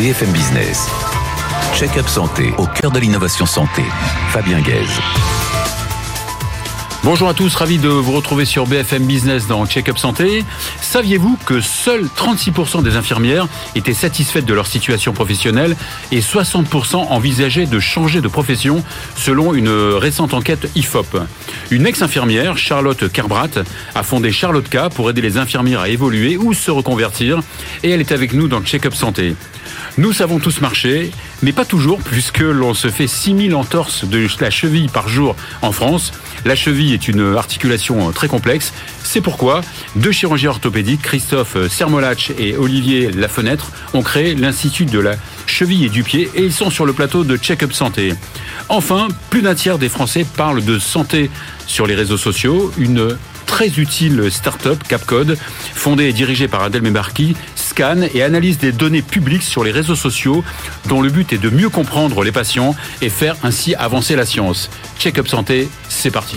BFM Business. Check-up santé au cœur de l'innovation santé. Fabien Guèze. Bonjour à tous, ravi de vous retrouver sur BFM Business dans Check-up Santé. Saviez-vous que seuls 36% des infirmières étaient satisfaites de leur situation professionnelle et 60% envisageaient de changer de profession selon une récente enquête IFOP. Une ex-infirmière, Charlotte Kerbrat, a fondé Charlotte K pour aider les infirmières à évoluer ou se reconvertir et elle est avec nous dans Check-up Santé. Nous savons tous marcher, mais pas toujours, puisque l'on se fait 6000 entorses de la cheville par jour en France. La cheville est une articulation très complexe. C'est pourquoi deux chirurgiens orthopédiques, Christophe Sermolach et Olivier Lafenêtre, ont créé l'Institut de la cheville et du pied et ils sont sur le plateau de Check-up Santé. Enfin, plus d'un tiers des Français parlent de santé sur les réseaux sociaux. Une très utile start-up, Capcode, fondée et dirigée par Adel Mebarki, scanne et analyse des données publiques sur les réseaux sociaux dont le but est de mieux comprendre les patients et faire ainsi avancer la science. Check-up Santé, c'est parti.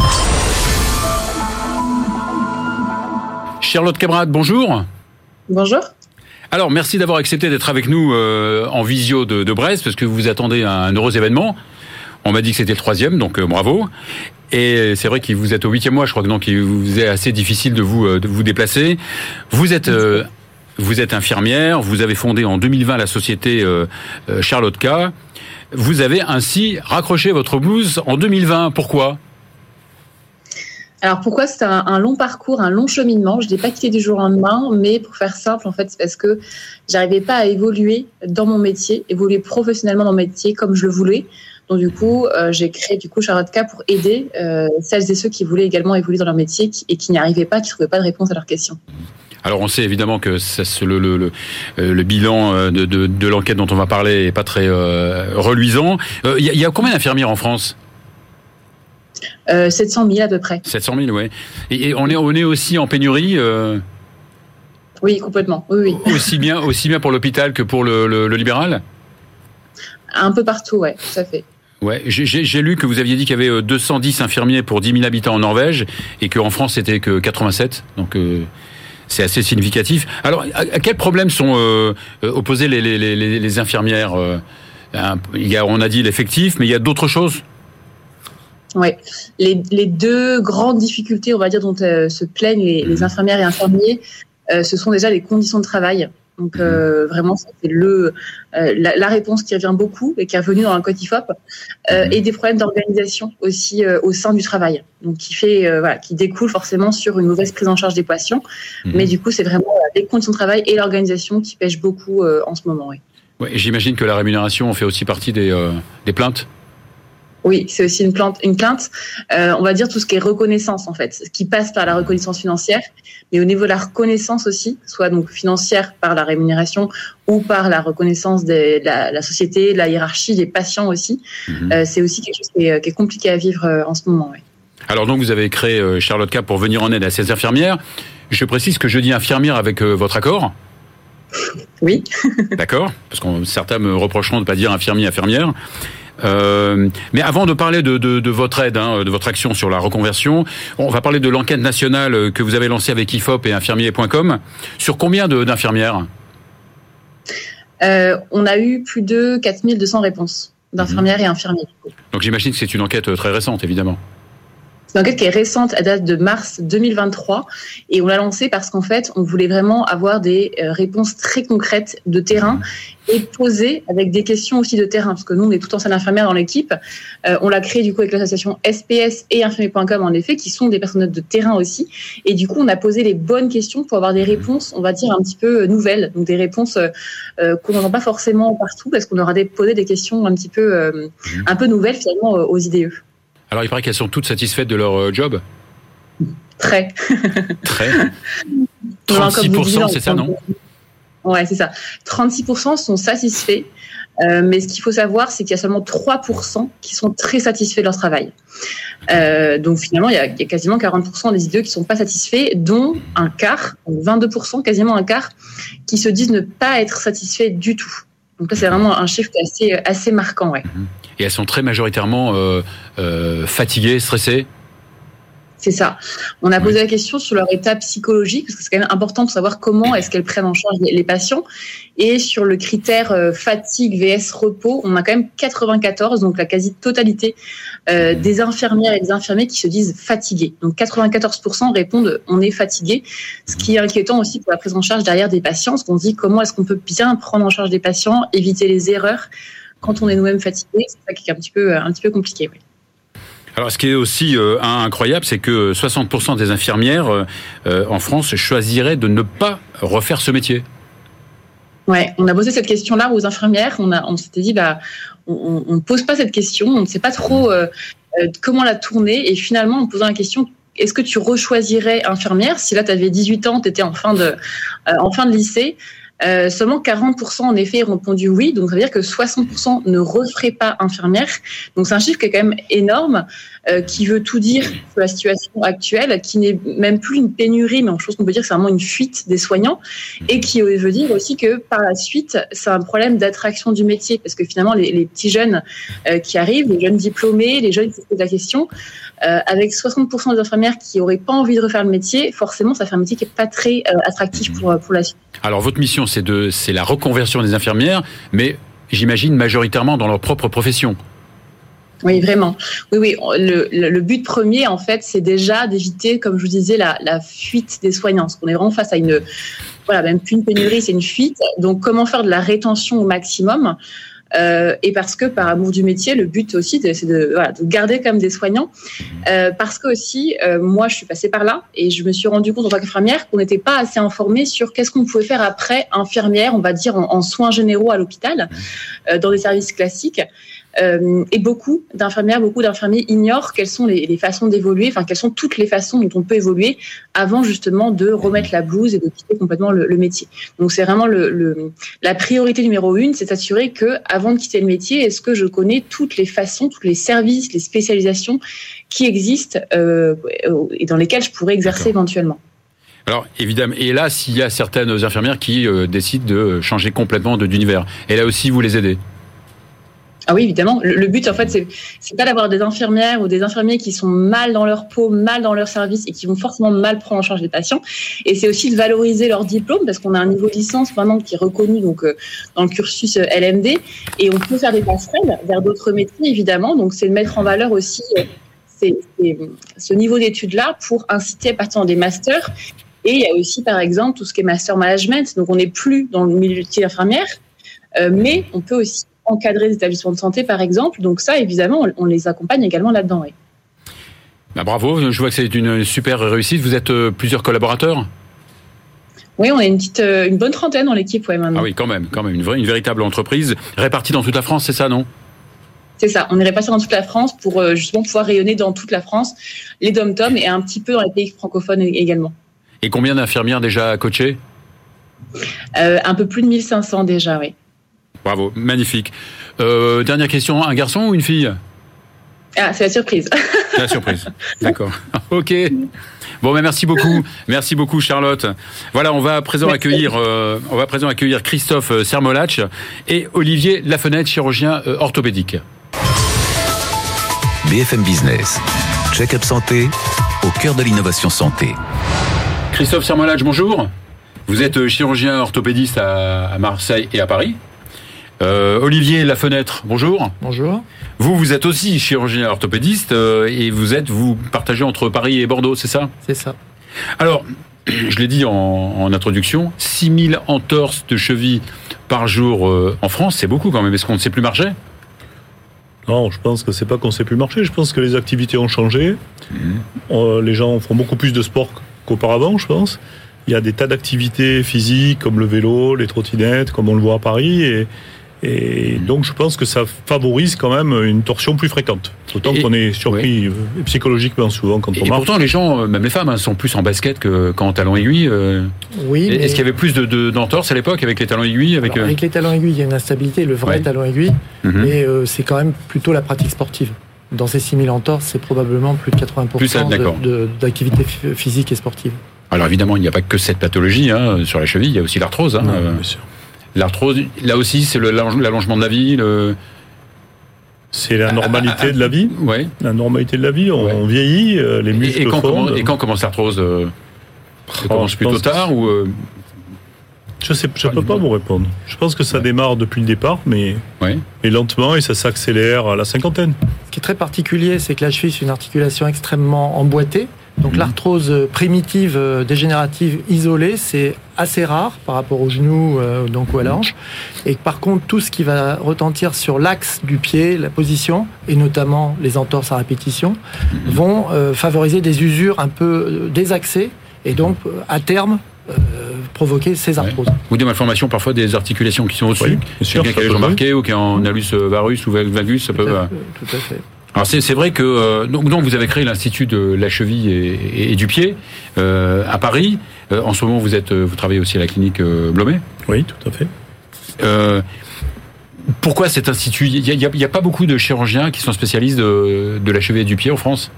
Charlotte Kerbrat, bonjour. Bonjour. Alors, merci d'avoir accepté d'être avec nous en visio de Brest, parce que vous attendez un heureux événement. On m'a dit que c'était le 3e, donc bravo. Et c'est vrai que vous êtes au 8e mois, je crois que donc il vous est assez difficile de vous déplacer. Vous êtes infirmière, vous avez fondé en 2020 la société Charlotte K. Vous avez ainsi raccroché votre blouse en 2020. Pourquoi ? Alors pourquoi ? C'est un long parcours, un long cheminement. Je ne l'ai pas quitté du jour au lendemain, mais pour faire simple, en fait, c'est parce que j'arrivais pas à évoluer dans mon métier, évoluer professionnellement dans mon métier comme je le voulais. Donc du coup, j'ai créé Charlotte K pour aider celles et ceux qui voulaient également évoluer dans leur métier et qui n'y arrivaient pas, qui ne trouvaient pas de réponse à leurs questions. Alors on sait évidemment que le bilan de l'enquête dont on va parler est pas très reluisant. Il y a combien d'infirmières en France ? 700 000 à peu près. 700 000, oui. Et on est aussi en pénurie. Oui, complètement. Oui. Aussi bien pour l'hôpital que pour le libéral ? Un peu partout, ouais, tout à fait. Ouais, j'ai lu que vous aviez dit qu'il y avait 210 infirmiers pour 10 000 habitants en Norvège et qu'en France c'était que 87, donc c'est assez significatif. Alors, à quels problèmes sont opposés les infirmières ? On a dit l'effectif, mais il y a d'autres choses ? Ouais, les deux grandes difficultés, on va dire, dont se plaignent les infirmières et infirmiers, ce sont déjà les conditions de travail. Donc vraiment, c'est la réponse qui revient beaucoup et qui est revenue dans un code IFOP, et des problèmes d'organisation aussi au sein du travail. Donc qui découle forcément sur une mauvaise prise en charge des patients. Mais du coup, c'est vraiment les conditions de travail et l'organisation qui pêchent beaucoup en ce moment. Oui. Ouais, j'imagine que la rémunération fait aussi partie des plaintes. Oui, c'est aussi une plainte. On va dire tout ce qui est reconnaissance, en fait, ce qui passe par la reconnaissance financière, mais au niveau de la reconnaissance aussi, soit donc financière par la rémunération ou par la reconnaissance de la société, de la hiérarchie, des patients aussi. C'est aussi quelque chose qui est compliqué à vivre en ce moment. Oui. Alors donc vous avez créé Charlotte K pour venir en aide à ces infirmières. Je précise que je dis infirmière avec votre accord. Oui. D'accord, parce que certains me reprocheront de ne pas dire infirmière. Mais avant de parler de votre aide, de votre action sur la reconversion, on va parler de l'enquête nationale que vous avez lancée avec IFOP et infirmier.com. Sur combien d'infirmières ? On a eu plus de 4200 réponses d'infirmières et infirmiers. Donc j'imagine que c'est une enquête très récente, évidemment. C'est une enquête qui est récente, elle date de mars 2023, et on l'a lancée parce qu'en fait, on voulait vraiment avoir des réponses très concrètes de terrain et poser avec des questions aussi de terrain, parce que nous, on est tout anciennes infirmières dans l'équipe. On l'a créé du coup avec l'association SPS et infirmier.com en effet, qui sont des personnes de terrain aussi. Et du coup, on a posé les bonnes questions pour avoir des réponses, on va dire un petit peu nouvelles, donc des réponses qu'on n'entend pas forcément partout, parce qu'on aura posé des questions un peu nouvelles finalement aux IDE. Alors, il paraît qu'elles sont toutes satisfaites de leur job ? Très. 36%, c'est ça, non ? Ouais, c'est ça. 36% sont satisfaits. Mais ce qu'il faut savoir, c'est qu'il y a seulement 3% qui sont très satisfaits de leur travail. Donc finalement, il y a quasiment 40% des IDE qui ne sont pas satisfaits, dont un quart, 22%, quasiment un quart, qui se disent ne pas être satisfaits du tout. Donc là, c'est vraiment un chiffre qui est assez marquant. Ouais. Et elles sont très majoritairement fatiguées, stressées ? C'est ça. On a posé la question sur leur état psychologique, parce que c'est quand même important de savoir comment est-ce qu'elles prennent en charge les patients. Et sur le critère fatigue vs repos, on a quand même 94, donc la quasi-totalité des infirmières et des infirmiers qui se disent fatigués. Donc 94% répondent on est fatigué, ce qui est inquiétant aussi pour la prise en charge derrière des patients, parce qu'on se dit comment est-ce qu'on peut bien prendre en charge des patients, éviter les erreurs quand on est nous-mêmes fatigués. C'est ça qui est un petit peu compliqué. Oui. Alors, ce qui est aussi incroyable, c'est que 60% des infirmières en France choisiraient de ne pas refaire ce métier. Ouais, on a posé cette question-là aux infirmières. On s'était dit, on ne pose pas cette question, on ne sait pas trop comment la tourner. Et finalement, en posant la question, est-ce que tu rechoisirais infirmière si là, tu avais 18 ans, tu étais en fin de lycée? Seulement 40% en effet ont répondu oui, donc ça veut dire que 60% ne referaient pas infirmière. Donc c'est un chiffre qui est quand même énorme, qui veut tout dire sur la situation actuelle, qui n'est même plus une pénurie, mais en chose qu'on peut dire que c'est vraiment une fuite des soignants, et qui veut dire aussi que par la suite, c'est un problème d'attraction du métier, parce que finalement les petits jeunes qui arrivent, les jeunes diplômés, les jeunes qui se posent la question, avec 60% des infirmières qui n'auraient pas envie de refaire le métier, forcément ça fait un métier qui n'est pas très attractif pour la suite. Alors votre mission c'est la reconversion des infirmières, mais j'imagine majoritairement dans leur propre profession. Oui, vraiment. Oui. Le but premier, en fait, c'est déjà d'éviter, comme je vous disais, la fuite des soignants. Parce qu'on est vraiment face à même plus une pénurie, c'est une fuite. Donc, comment faire de la rétention au maximum? Et parce que par amour du métier, le but aussi, c'est de garder quand même des soignants. Parce que aussi, moi, je suis passée par là et je me suis rendu compte en tant qu'infirmière qu'on n'était pas assez informés sur qu'est-ce qu'on pouvait faire après infirmière, on va dire en soins généraux à l'hôpital, dans des services classiques. Et beaucoup d'infirmiers ignorent quelles sont les façons d'évoluer, quelles sont toutes les façons dont on peut évoluer avant justement de remettre la blouse et de quitter complètement le métier. Donc c'est vraiment la priorité numéro 1, c'est s'assurer que avant de quitter le métier, est-ce que je connais toutes les façons, tous les services, les spécialisations qui existent et dans lesquelles je pourrais exercer éventuellement. Alors évidemment, et là s'il y a certaines infirmières qui décident de changer complètement d'univers, et là aussi vous les aidez. Ah oui, évidemment. Le but, en fait, c'est pas d'avoir des infirmières ou des infirmiers qui sont mal dans leur peau, mal dans leur service et qui vont forcément mal prendre en charge les patients. Et c'est aussi de valoriser leur diplôme parce qu'on a un niveau de licence maintenant qui est reconnu donc dans le cursus LMD et on peut faire des passerelles vers d'autres métiers, évidemment. Donc, c'est de mettre en valeur aussi ce niveau d'études-là pour inciter à partir dans des masters. Et il y a aussi, par exemple, tout ce qui est master management. Donc, on n'est plus dans le milieu infirmière, mais on peut aussi encadrer des établissements de santé, par exemple. Donc ça, évidemment, on les accompagne également là-dedans. Oui. Bravo, je vois que c'est une super réussite. Vous êtes plusieurs collaborateurs ? Oui, on est une bonne trentaine dans l'équipe maintenant. Ah oui, quand même, une véritable entreprise répartie dans toute la France, c'est ça, non ? C'est ça, on est répartis dans toute la France pour justement pouvoir rayonner dans toute la France, les dom-tom et un petit peu dans les pays francophones également. Et combien d'infirmières déjà coachées ? Un peu plus de 1500 déjà, oui. Bravo, magnifique. Dernière question, un garçon ou une fille ? Ah, c'est la surprise. C'est la surprise, d'accord. Ok. Bon, ben merci beaucoup Charlotte. Voilà, on va à présent accueillir Christophe Sermolach et Olivier Lafenêtre, chirurgien orthopédique. BFM Business, check-up santé, au cœur de l'innovation santé. Christophe Sermolach, bonjour. Vous êtes chirurgien orthopédiste à Marseille et à Paris. Olivier Lafenêtre, bonjour. Bonjour. Vous êtes aussi chirurgien orthopédiste et vous partagez entre Paris et Bordeaux, c'est ça ? C'est ça. Alors, je l'ai dit en introduction, 6000 entorses de cheville par jour en France, c'est beaucoup quand même. Est-ce qu'on ne sait plus marcher ? Non, je pense que c'est pas qu'on ne sait plus marcher. Je pense que les activités ont changé. Les gens font beaucoup plus de sport qu'auparavant, je pense. Il y a des tas d'activités physiques comme le vélo, les trottinettes, comme on le voit à Paris. Et donc, je pense que ça favorise quand même une torsion plus fréquente. Autant qu'on est surpris psychologiquement souvent quand on marche. Et pourtant, les gens, même les femmes, sont plus en basket qu'en talons aiguilles. Oui. Est-ce qu'il y avait plus d'entorses à l'époque avec les talons aiguilles avec les talons aiguilles, il y a une instabilité, le vrai talon aiguille. Mais c'est quand même plutôt la pratique sportive. Dans ces 6000 entorses, c'est probablement plus de 80% d'activité physique et sportive. Alors évidemment, il n'y a pas que cette pathologie sur la cheville, il y a aussi l'arthrose. Bien sûr. L'arthrose, là aussi, c'est l'allongement de la vie. C'est la normalité de la vie. Ouais. La normalité de la vie. On vieillit, les muscles fondent. Et quand commence l'arthrose ça commence plutôt tard ou Je ne peux pas vous répondre. Je pense que ça démarre depuis le départ, mais lentement, et ça s'accélère à la cinquantaine. Ce qui est très particulier, c'est que la cheville, c'est une articulation extrêmement emboîtée. Donc l'arthrose primitive, dégénérative, isolée, c'est assez rare par rapport au genou ou à la hanche. Et par contre, tout ce qui va retentir sur l'axe du pied, la position, et notamment les entorses à répétition, vont favoriser des usures un peu désaxées, et donc, à terme, provoquer ces arthroses. Ou des malformations parfois des articulations qui sont au-dessus. Quelqu'un qui a les jambes marquées ou qui est en hallus varus ou valgus, ça peut... Tout à fait. Alors c'est vrai que donc vous avez créé l'Institut de la cheville et du pied à Paris. En ce moment vous travaillez aussi à la clinique Blomet. Oui, tout à fait. Pourquoi cet institut ? Il y a pas beaucoup de chirurgiens qui sont spécialistes de la cheville et du pied en France.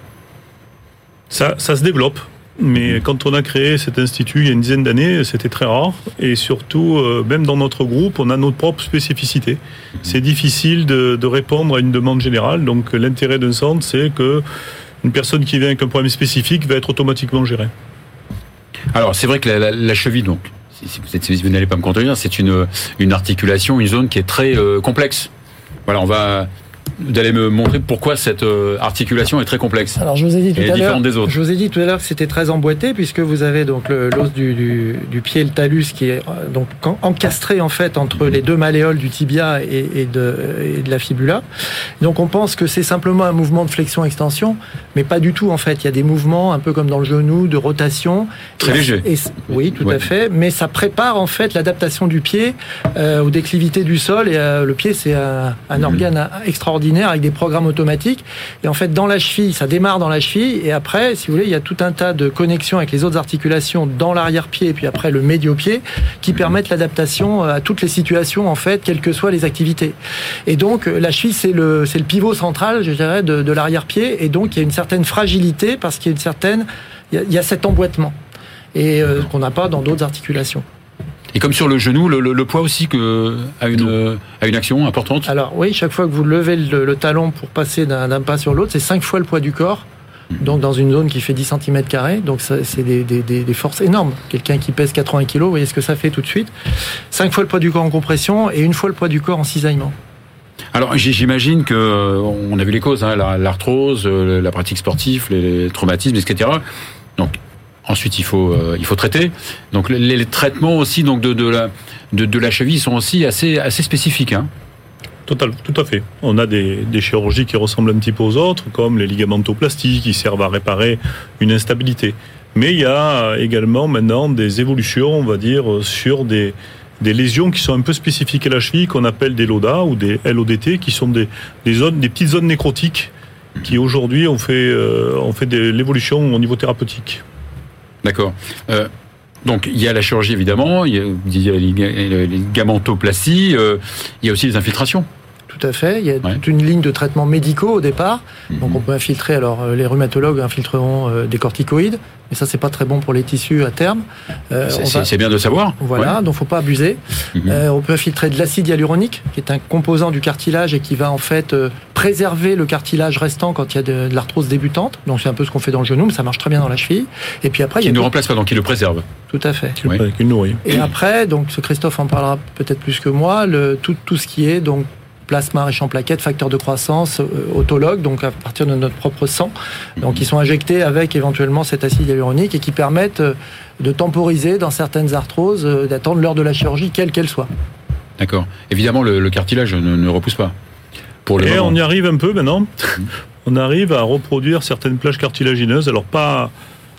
Ça se développe. Mais quand on a créé cet institut il y a une dizaine d'années, c'était très rare. Et surtout, même dans notre groupe, on a notre propre spécificité. C'est difficile de répondre à une demande générale. Donc l'intérêt d'un centre, c'est qu'une personne qui vient avec un problème spécifique va être automatiquement gérée. Alors c'est vrai que la cheville, donc, si vous n'allez pas me contredire, c'est une articulation, une zone qui est très complexe. Voilà, vous allez me montrer pourquoi cette articulation est très complexe. Alors je vous ai dit tout à l'heure que c'était très emboîté puisque vous avez donc l'os du pied, le talus qui est donc encastré en fait entre les deux malléoles du tibia et de la fibula. Donc on pense que c'est simplement un mouvement de flexion-extension, mais pas du tout en fait. Il y a des mouvements un peu comme dans le genou de rotation. Très léger. Oui, tout à fait. Mais ça prépare en fait l'adaptation du pied aux déclivités du sol et le pied c'est un organe extraordinaire avec des programmes automatiques. Et en fait, dans la cheville, ça démarre dans la cheville. Et après, si vous voulez, il y a tout un tas de connexions avec les autres articulations dans l'arrière-pied et puis après le médio-pied qui permettent l'adaptation à toutes les situations, en fait, quelles que soient les activités. Et donc, la cheville, c'est le pivot central, je dirais, de l'arrière-pied. Et donc, il y a une certaine fragilité parce qu'il y a cet emboîtement. Et qu'on n'a pas dans d'autres articulations. Et comme sur le genou, le poids aussi a une action importante. Alors oui, chaque fois que vous levez le talon pour passer d'un pas sur l'autre, c'est 5 fois le poids du corps. Donc dans une zone qui fait 10 cm², donc c'est des forces énormes. Quelqu'un qui pèse 80 kg, vous voyez ce que ça fait tout de suite. 5 fois le poids du corps en compression et 1 fois le poids du corps en cisaillement. Alors j'imagine que on a vu les causes, l'arthrose, la pratique sportive, les traumatismes, etc. Donc ensuite, il faut traiter. Donc les traitements aussi donc de la cheville sont aussi assez spécifiques. Tout à fait. On a des chirurgies qui ressemblent un petit peu aux autres, comme les ligamentoplasties qui servent à réparer une instabilité. Mais il y a également maintenant des évolutions, on va dire, sur des lésions qui sont un peu spécifiques à la cheville, qu'on appelle des LODA ou des LODT, qui sont des petites zones nécrotiques qui aujourd'hui ont fait de l'évolution au niveau thérapeutique. D'accord. Donc il y a la chirurgie évidemment, il y a les ligamentoplasties, il y a aussi les infiltrations. Tout à fait, il y a toute une ligne de traitements médicaux au départ. Donc on peut infiltrer, alors les rhumatologues infiltreront des corticoïdes, mais ça c'est pas très bon pour les tissus à terme. C'est bien de savoir. Voilà, donc faut pas abuser. On peut infiltrer de l'acide hyaluronique, qui est un composant du cartilage et qui va en fait préserver le cartilage restant quand il y a de l'arthrose débutante. Donc c'est un peu ce qu'on fait dans le genou, mais ça marche très bien dans la cheville. Et puis après, qui ne remplace pas, donc qui le préserve. Tout à fait. Qui le nourrit. Et après, donc ce Christophe en parlera peut-être plus que moi, tout ce qui est donc plasma riche en plaquettes, facteurs de croissance, autologues, donc à partir de notre propre sang, donc qui sont injectés avec éventuellement cet acide hyaluronique et qui permettent de temporiser dans certaines arthroses, d'attendre l'heure de la chirurgie, quelle qu'elle soit. D'accord. Évidemment, le cartilage ne repousse pas. Et on y arrive un peu maintenant. On arrive à reproduire certaines plages cartilagineuses, alors pas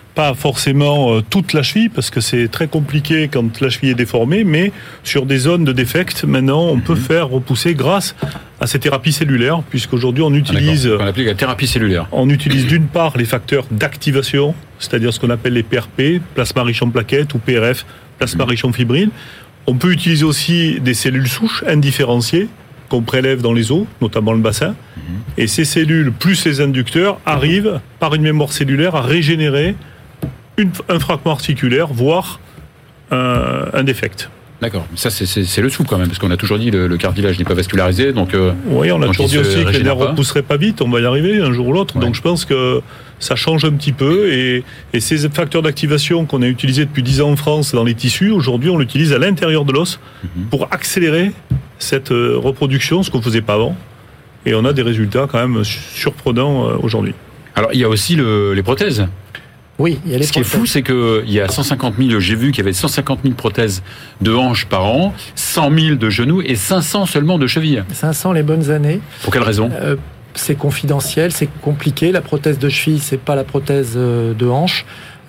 forcément toute la cheville, parce que c'est très compliqué quand la cheville est déformée, mais sur des zones de défect, maintenant, on peut faire repousser grâce à ces thérapies cellulaires, puisqu'aujourd'hui, on utilise... On appelle la thérapie cellulaire. On utilise d'une part les facteurs d'activation, c'est-à-dire ce qu'on appelle les PRP, plasma riche en plaquettes, ou PRF, plasma riche en fibrilles. On peut utiliser aussi des cellules souches indifférenciées, qu'on prélève dans les os, notamment le bassin. Et ces cellules, plus les inducteurs, arrivent, par une mémoire cellulaire, à régénérer un fragment articulaire, voire un défect. D'accord. Ça, c'est le souple quand même, parce qu'on a toujours dit le cartilage n'est pas vascularisé, donc. Oui, on a toujours dit aussi que les nerfs ne pas. repousseraient pas vite. On va y arriver un jour ou l'autre. Ouais. Donc je pense que ça change un petit peu. Et ces facteurs d'activation qu'on a utilisés depuis 10 ans en France dans les tissus, aujourd'hui, on l'utilise à l'intérieur de l'os pour accélérer cette reproduction, ce qu'on ne faisait pas avant. Et on a des résultats quand même surprenants aujourd'hui. Alors, il y a aussi les prothèses. Oui, il y a les Ce qui est fou, c'est qu'il y a 150 000, j'ai vu qu'il y avait 150 000 prothèses de hanches par an, 100 000 de genoux et 500 seulement de chevilles. 500 les bonnes années. Pour quelle raison ? C'est confidentiel, c'est compliqué. La prothèse de cheville, c'est pas la prothèse de hanche.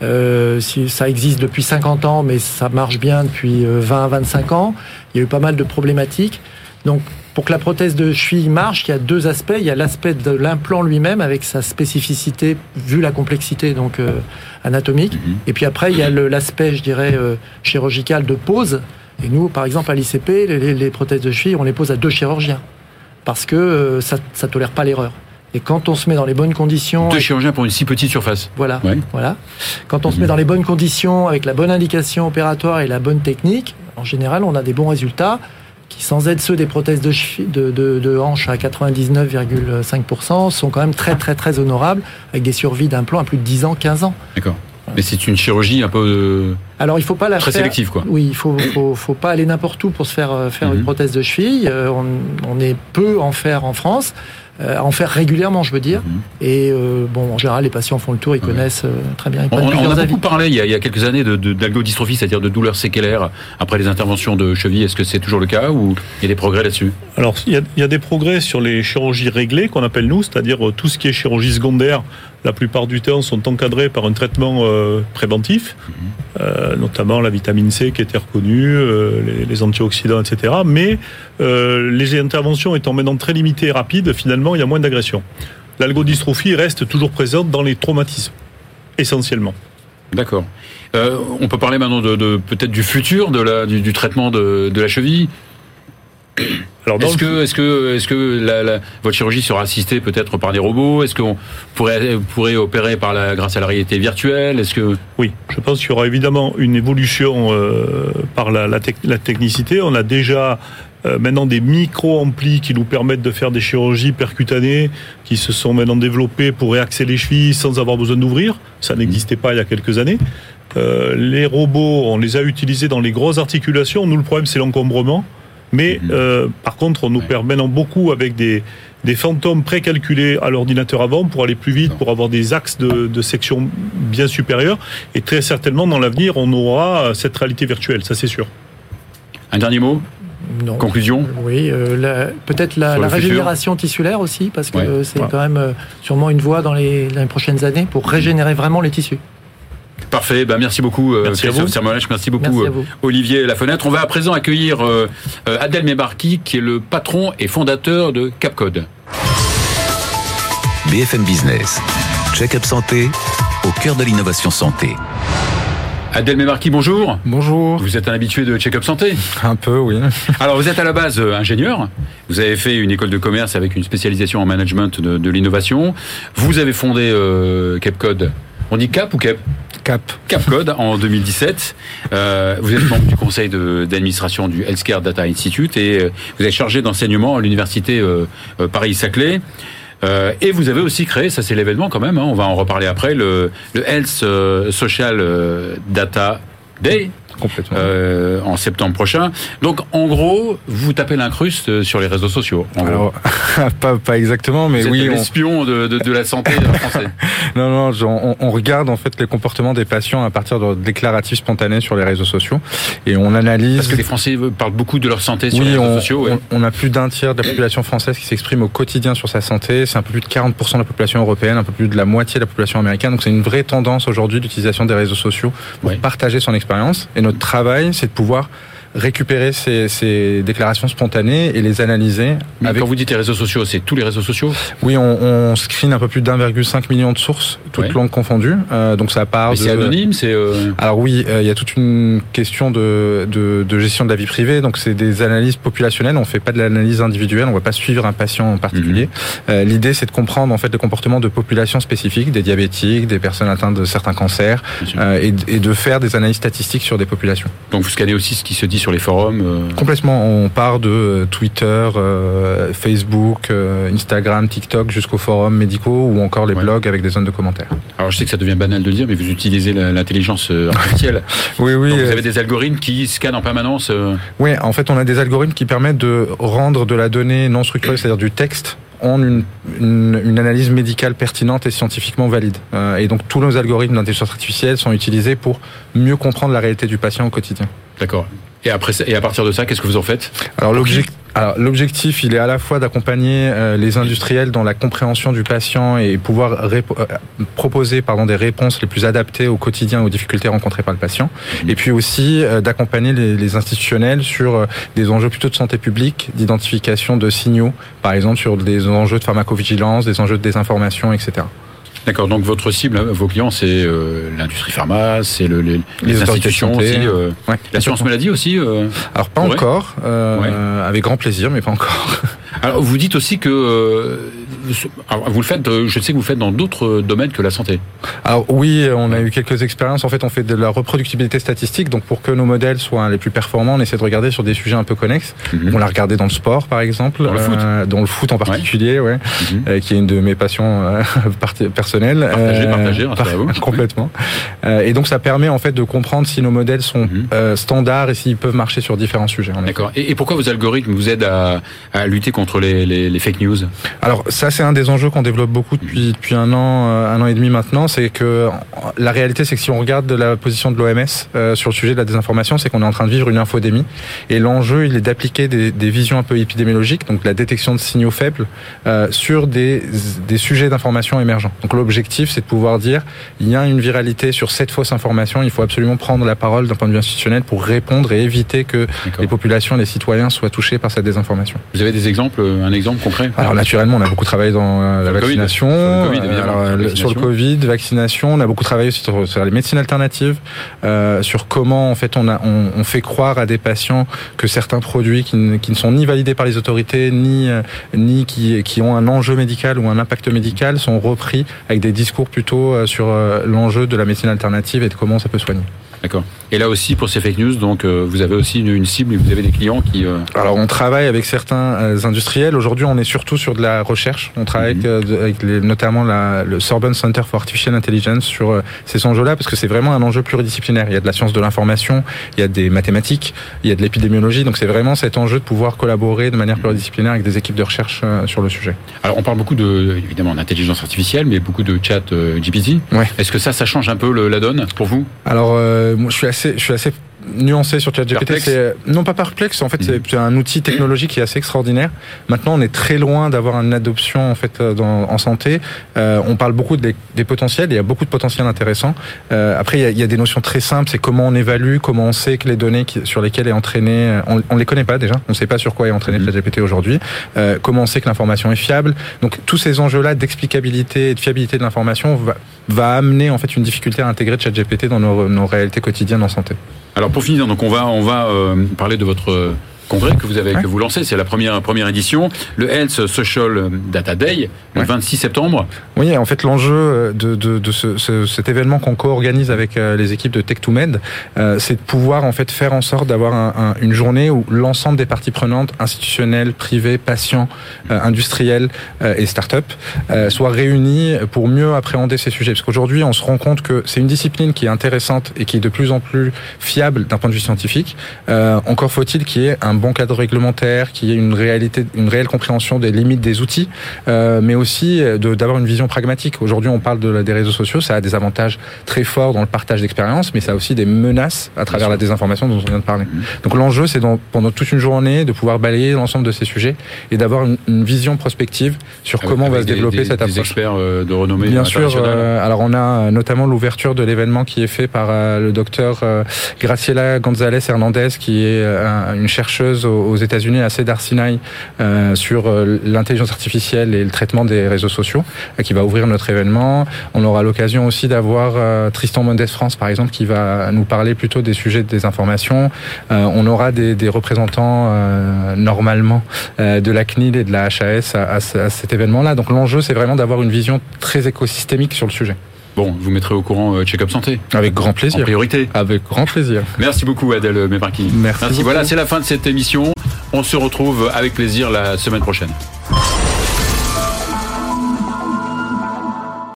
Ça existe depuis 50 ans, mais ça marche bien depuis 20 à 25 ans. Il y a eu pas mal de problématiques. Donc, pour que la prothèse de cheville marche, il y a deux aspects. Il y a l'aspect de l'implant lui-même avec sa spécificité, vu la complexité donc anatomique. Et puis après, il y a l'aspect, je dirais, chirurgical de pose. Et nous, par exemple, à l'ICP, les prothèses de cheville, on les pose à 2 chirurgiens. Parce que ça tolère pas l'erreur. Et quand on se met dans les bonnes conditions... 2 chirurgiens pour une si petite surface. Voilà, ouais. Voilà. Quand on se met dans les bonnes conditions, avec la bonne indication opératoire et la bonne technique, en général, on a des bons résultats qui, sans être ceux des prothèses de hanche à 99,5%, sont quand même très, très, très honorables, avec des survies d'implants à plus de 10 ans, 15 ans. D'accord. Mais c'est une chirurgie un peu... Alors, il faut pas la très faire... sélective, quoi. Oui, il faut pas aller n'importe où pour se faire une prothèse de cheville. On est peu en faire en France. En faire régulièrement, je veux dire. Et en général, les patients font le tour, ils connaissent très bien. On a beaucoup parlé il y a quelques années d'algodystrophie, c'est-à-dire de douleurs séquelaires après les interventions de cheville. Est-ce que c'est toujours le cas ou il y a des progrès là-dessus ? Alors, il y a des progrès sur les chirurgies réglées qu'on appelle nous, c'est-à-dire tout ce qui est chirurgie secondaire. La plupart du temps, sont encadrés par un traitement préventif, notamment la vitamine C qui était reconnue, les antioxydants, etc. Mais les interventions étant maintenant très limitées et rapides, finalement, il y a moins d'agression. L'algodystrophie reste toujours présente dans les traumatismes, essentiellement. D'accord. On peut parler maintenant de peut-être du futur du traitement de la cheville. Alors, est-ce que votre chirurgie sera assistée peut-être par des robots ? Est-ce qu'on pourrait opérer grâce à la réalité virtuelle ? Oui, je pense qu'il y aura évidemment une évolution par la technicité. On a déjà maintenant des micro-amplis qui nous permettent de faire des chirurgies percutanées qui se sont maintenant développées pour réaxer les chevilles sans avoir besoin d'ouvrir. Ça n'existait pas il y a quelques années. Les robots, on les a utilisés dans les grosses articulations. Nous, le problème, c'est l'encombrement. Mais par contre, on nous permet beaucoup avec des fantômes précalculés à l'ordinateur avant pour aller plus vite, pour avoir des axes de section bien supérieurs. Et très certainement, dans l'avenir, on aura cette réalité virtuelle, ça c'est sûr. Un dernier mot ? Non. Conclusion ? Oui, peut-être la régénération tissulaire aussi, parce que c'est quand même sûrement une voie dans les prochaines années pour régénérer vraiment les tissus. Parfait, merci beaucoup Christophe Sermolèche, merci beaucoup Olivier Lafenêtre. On va à présent accueillir Adel Mebarki qui est le patron et fondateur de Capcode. BFM Business, Check-up Santé, au cœur de l'innovation santé. Adel Mebarki, bonjour. Bonjour. Vous êtes un habitué de Check-up Santé ? Un peu, oui. Alors, vous êtes à la base ingénieur. Vous avez fait une école de commerce avec une spécialisation en management de l'innovation. Vous avez fondé Capcode. On dit Cap ou Cap ? Capcode en 2017. Vous êtes membre du conseil d'administration du Healthcare Data Institute et vous êtes chargé d'enseignement à l'université Paris-Saclay. Et vous avez aussi créé, ça c'est l'événement quand même, on va en reparler après, le Health Social Data Day. Complètement. En septembre prochain. Donc, en gros, vous tapez l'incruste sur les réseaux sociaux. Alors, pas exactement, mais vous oui. Vous êtes l'espion de la santé français. Non, on regarde en fait les comportements des patients à partir de déclaratifs spontanés sur les réseaux sociaux et on analyse. Parce que les Français parlent beaucoup de leur santé sur les réseaux sociaux. On a plus d'un tiers de la population française qui s'exprime au quotidien sur sa santé. C'est un peu plus de 40% de la population européenne, un peu plus de la moitié de la population américaine. Donc, c'est une vraie tendance aujourd'hui d'utilisation des réseaux sociaux pour partager son expérience. Et notre travail, c'est de pouvoir récupérer ces déclarations spontanées et les analyser. Mais quand vous dites les réseaux sociaux, c'est tous les réseaux sociaux ? Oui, on screen un peu plus d'1,5 million de sources, toutes langues confondues. Donc ça part. Mais c'est anonyme, Alors oui, il y a toute une question de gestion de la vie privée. Donc c'est des analyses populationnelles. On fait pas de l'analyse individuelle. On va pas suivre un patient en particulier. L'idée, c'est de comprendre en fait le comportement de populations spécifiques, des diabétiques, des personnes atteintes de certains cancers, et de faire des analyses statistiques sur des populations. Donc vous scannez aussi ce qui se dit sur les forums. Complètement. On part de Twitter, Facebook, Instagram, TikTok jusqu'aux forums médicaux ou encore les blogs avec des zones de commentaires. Alors je sais que ça devient banal de le dire, mais vous utilisez l'intelligence artificielle. Oui. Donc, vous avez des algorithmes qui scannent en permanence. Oui, en fait, on a des algorithmes qui permettent de rendre de la donnée non structurée, c'est-à-dire du texte, en une analyse médicale pertinente et scientifiquement valide. Et donc tous nos algorithmes d'intelligence artificielle sont utilisés pour mieux comprendre la réalité du patient au quotidien. D'accord. Et à partir de ça, qu'est-ce que vous en faites ? Alors l'objectif, il est à la fois d'accompagner les industriels dans la compréhension du patient et pouvoir proposer des réponses les plus adaptées au quotidien aux difficultés rencontrées par le patient. Et puis aussi d'accompagner les institutionnels sur des enjeux plutôt de santé publique, d'identification de signaux, par exemple sur des enjeux de pharmacovigilance, des enjeux de désinformation, etc. D'accord, donc votre cible, vos clients, c'est l'industrie pharma, c'est les institutions aussi, l'assurance maladie aussi Alors pas encore, avec grand plaisir, mais pas encore. Alors vous dites aussi que vous le faites, je sais que vous le faites dans d'autres domaines que la santé. Alors oui, on a eu quelques expériences. En fait, on fait de la reproductibilité statistique. Donc pour que nos modèles soient les plus performants, on essaie de regarder sur des sujets un peu connexes. On l'a regardé dans le sport, par exemple, dans le foot en particulier, qui est une de mes passions personnelles. Partagé, complètement. Et donc ça permet en fait de comprendre si nos modèles sont standards et s'ils peuvent marcher sur différents sujets. D'accord. Et pourquoi vos algorithmes vous aident à lutter contre les fake news ? Alors ça, c'est un des enjeux qu'on développe beaucoup depuis un an et demi maintenant. C'est que la réalité, c'est que si on regarde de la position de l'OMS sur le sujet de la désinformation, c'est qu'on est en train de vivre une infodémie. Et l'enjeu, il est d'appliquer des visions un peu épidémiologiques, donc la détection de signaux faibles, sur des sujets d'information émergents. Donc l'objectif, c'est de pouvoir dire, il y a une viralité sur cette fausse information, il faut absolument prendre la parole d'un point de vue institutionnel pour répondre et éviter que les populations, les citoyens soient touchés par cette désinformation. Vous avez des exemples, un exemple concret ? Alors naturellement, on a beaucoup travaillé dans la vaccination, sur le Covid, vaccination. On a beaucoup travaillé sur les médecines alternatives, sur comment en fait on fait croire à des patients que certains produits qui ne sont ni validés par les autorités ni qui ont un enjeu médical ou un impact médical sont repris avec des discours plutôt sur l'enjeu de la médecine alternative et de comment ça peut soigner. D'accord. Et là aussi, pour ces fake news, donc vous avez aussi une cible et vous avez des clients qui... Alors, on travaille avec certains industriels. Aujourd'hui, on est surtout sur de la recherche. On travaille avec notamment le Sorbonne Center for Artificial Intelligence sur ces enjeux-là, parce que c'est vraiment un enjeu pluridisciplinaire. Il y a de la science de l'information, il y a des mathématiques, il y a de l'épidémiologie. Donc, c'est vraiment cet enjeu de pouvoir collaborer de manière pluridisciplinaire avec des équipes de recherche sur le sujet. Alors, on parle beaucoup évidemment d'intelligence artificielle, mais beaucoup de chat GPT. Ouais. Est-ce que ça change un peu la donne pour vous ? Alors, moi, je suis assez nuancé sur ChatGPT. Non pas perplexe, en fait, c'est un outil technologique qui est assez extraordinaire. Maintenant, on est très loin d'avoir une adoption en fait en santé. On parle beaucoup des potentiels, il y a beaucoup de potentiels intéressants. Après, il y a des notions très simples, c'est comment on évalue, comment on sait que les données sur lesquelles est entraîné, on les connaît pas déjà, on sait pas sur quoi est entraîné ChatGPT aujourd'hui. Comment on sait que l'information est fiable. Donc tous ces enjeux-là d'explicabilité et de fiabilité de l'information va amener en fait une difficulté à intégrer ChatGPT dans nos réalités quotidiennes en santé. Alors pour finir, donc on va parler de votre congrès que vous lancez, c'est la première édition, le Health Social Data Day, le 26 septembre. Oui, en fait l'enjeu de cet événement qu'on co-organise avec les équipes de Tech2Med, c'est de pouvoir en fait faire en sorte d'avoir une journée où l'ensemble des parties prenantes, institutionnelles, privées, patients, industriels et start-up, soient réunis pour mieux appréhender ces sujets. Parce qu'aujourd'hui, on se rend compte que c'est une discipline qui est intéressante et qui est de plus en plus fiable d'un point de vue scientifique. Encore faut-il qu'il y ait un bon cadre réglementaire, qu'il y ait une réelle compréhension des limites des outils, mais aussi d'avoir une vision pragmatique. Aujourd'hui, on parle des réseaux sociaux, ça a des avantages très forts dans le partage d'expériences, mais ça a aussi des menaces à travers la désinformation dont on vient de parler. Donc l'enjeu, c'est pendant toute une journée de pouvoir balayer l'ensemble de ces sujets et d'avoir une vision prospective sur comment va se développer cette approche. Des experts de renommée Bien sûr. internationale. Alors on a notamment l'ouverture de l'événement qui est fait par le docteur Graciela González Hernandez, qui est une chercheuse aux États-Unis à Cedars-Sinai sur l'intelligence artificielle et le traitement des réseaux sociaux, qui va ouvrir notre événement. On aura l'occasion aussi d'avoir Tristan Mendes France, par exemple, qui va nous parler plutôt des sujets de désinformation. On aura des représentants normalement de la CNIL et de la HAS à cet événement-là. Donc l'enjeu, c'est vraiment d'avoir une vision très écosystémique sur le sujet. Bon, je vous mettrai au courant Check-up Santé. Avec grand plaisir. En priorité. Avec grand plaisir. Merci beaucoup Adèle Mebarki. Merci. Voilà, c'est la fin de cette émission. On se retrouve avec plaisir la semaine prochaine.